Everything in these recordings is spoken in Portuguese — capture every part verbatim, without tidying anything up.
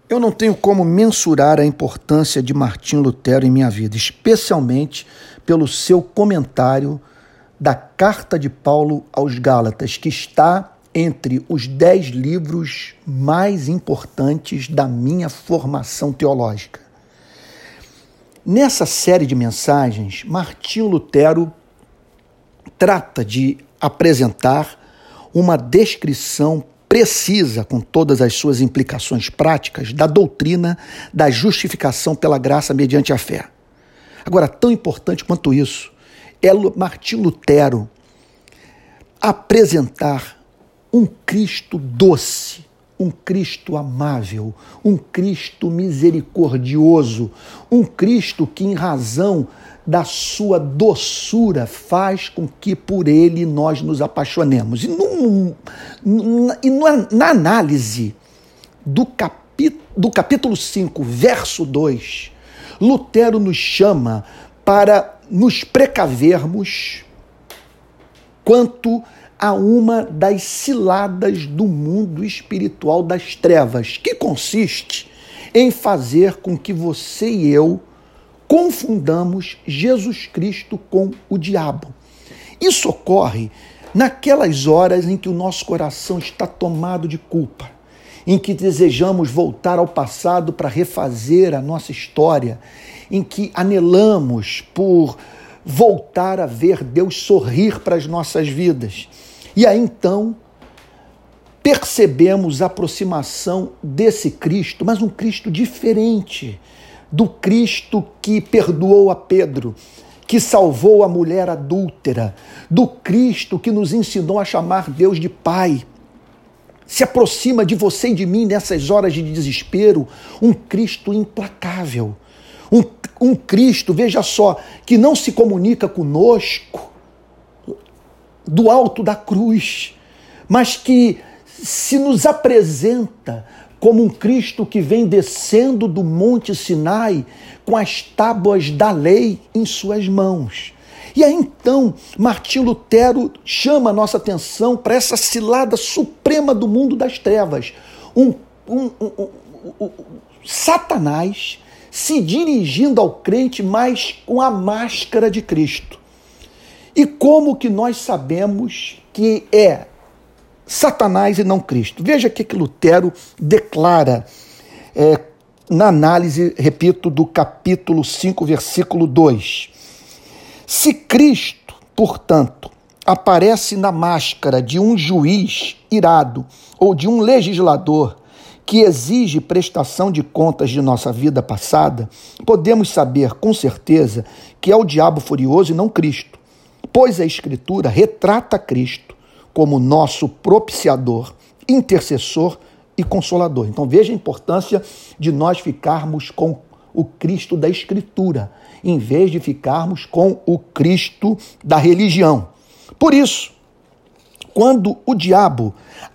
Eu não tenho como mensurar a importância de Martinho Lutero em minha vida, especialmente pelo seu comentário da Carta de Paulo aos Gálatas, que está entre os dez livros mais importantes da minha formação teológica. Nessa série de mensagens, Martinho Lutero trata de apresentar uma descrição precisa, com todas as suas implicações práticas, da doutrina da justificação pela graça mediante a fé. Agora, tão importante quanto isso, é Martinho Lutero apresentar um Cristo doce, um Cristo amável, um Cristo misericordioso, um Cristo que, em razão da sua doçura, faz com que por ele nós nos apaixonemos. E, num, e na análise do, capi, do capítulo cinco, verso dois, Lutero nos chama para nos precavermos quanto a uma das ciladas do mundo espiritual das trevas, que consiste em fazer com que você e eu confundamos Jesus Cristo com o diabo. Isso ocorre naquelas horas em que o nosso coração está tomado de culpa, em que desejamos voltar ao passado para refazer a nossa história, em que anelamos por voltar a ver Deus sorrir para as nossas vidas. E aí então percebemos a aproximação desse Cristo, mas um Cristo diferente do Cristo que perdoou a Pedro, que salvou a mulher adúltera, do Cristo que nos ensinou a chamar Deus de Pai. Se aproxima de você e de mim nessas horas de desespero, um Cristo implacável, um, um Cristo, veja só, que não se comunica conosco do alto da cruz, mas que se nos apresenta como um Cristo que vem descendo do Monte Sinai com as tábuas da lei em suas mãos. E aí então, Martinho Lutero chama a nossa atenção para essa cilada suprema do mundo das trevas. Um, um, um, um, um, Satanás se dirigindo ao crente, mas com a máscara de Cristo. E como que nós sabemos que é Satanás e não Cristo? Veja o que Lutero declara é, na análise, repito, do capítulo cinco, versículo dois. Se Cristo, portanto, aparece na máscara de um juiz irado ou de um legislador que exige prestação de contas de nossa vida passada, podemos saber com certeza que é o diabo furioso e não Cristo, pois a Escritura retrata Cristo como nosso propiciador, intercessor e consolador. Então veja a importância de nós ficarmos com o Cristo da Escritura, em vez de ficarmos com o Cristo da religião. Por isso, quando o diabo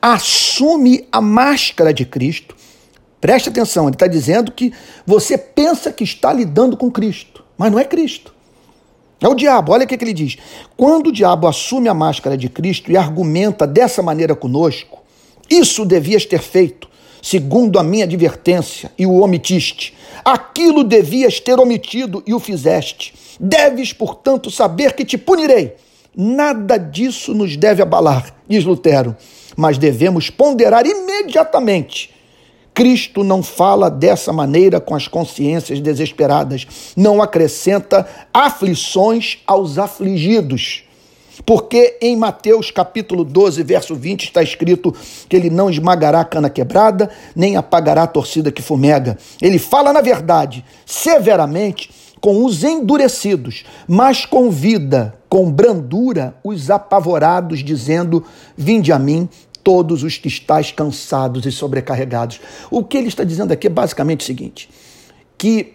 assume a máscara de Cristo, preste atenção, ele está dizendo que você pensa que está lidando com Cristo, mas não é Cristo. É o diabo, olha o que ele diz. Quando o diabo assume a máscara de Cristo e argumenta dessa maneira conosco, isso devias ter feito, segundo a minha advertência, e o omitiste. Aquilo devias ter omitido e o fizeste. Deves, portanto, saber que te punirei. Nada disso nos deve abalar, diz Lutero, mas devemos ponderar imediatamente. Cristo não fala dessa maneira com as consciências desesperadas, não acrescenta aflições aos afligidos, porque em Mateus capítulo doze, verso vinte, está escrito que ele não esmagará a cana quebrada, nem apagará a torcida que fumega. Ele fala, na verdade, severamente com os endurecidos, mas convida com brandura os apavorados, dizendo, vinde a mim, todos os que estáis cansados e sobrecarregados. O que ele está dizendo aqui é basicamente o seguinte, que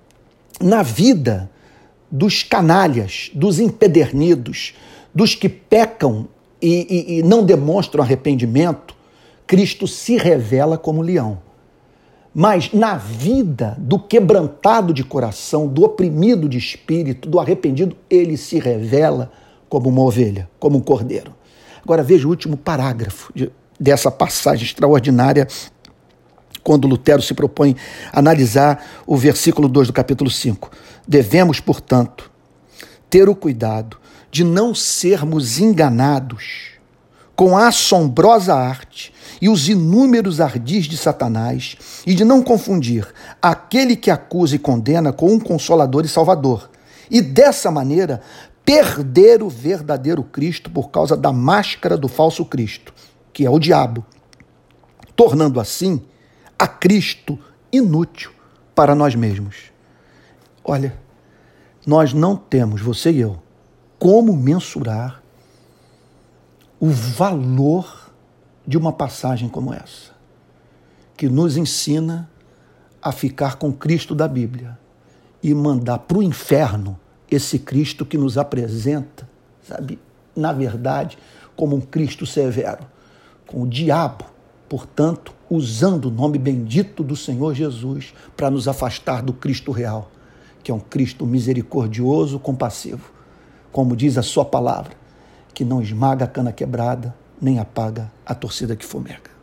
na vida dos canalhas, dos empedernidos, dos que pecam e, e, e não demonstram arrependimento, Cristo se revela como leão. Mas na vida do quebrantado de coração, do oprimido de espírito, do arrependido, ele se revela como uma ovelha, como um cordeiro. Agora veja o último parágrafo de, dessa passagem extraordinária quando Lutero se propõe a analisar o versículo dois do capítulo cinco. Devemos, portanto, ter o cuidado de não sermos enganados com a assombrosa arte e os inúmeros ardis de Satanás, e de não confundir aquele que acusa e condena com um Consolador e Salvador, e dessa maneira perder o verdadeiro Cristo por causa da máscara do falso Cristo, que é o diabo, tornando assim a Cristo inútil para nós mesmos. Olha, nós não temos, você e eu, como mensurar o valor de uma passagem como essa, que nos ensina a ficar com Cristo da Bíblia e mandar para o inferno esse Cristo que nos apresenta, sabe, na verdade, como um Cristo severo, com o diabo, portanto, usando o nome bendito do Senhor Jesus para nos afastar do Cristo real, que é um Cristo misericordioso, compassivo, como diz a sua palavra, que não esmaga a cana quebrada, nem apaga a torcida que fumega.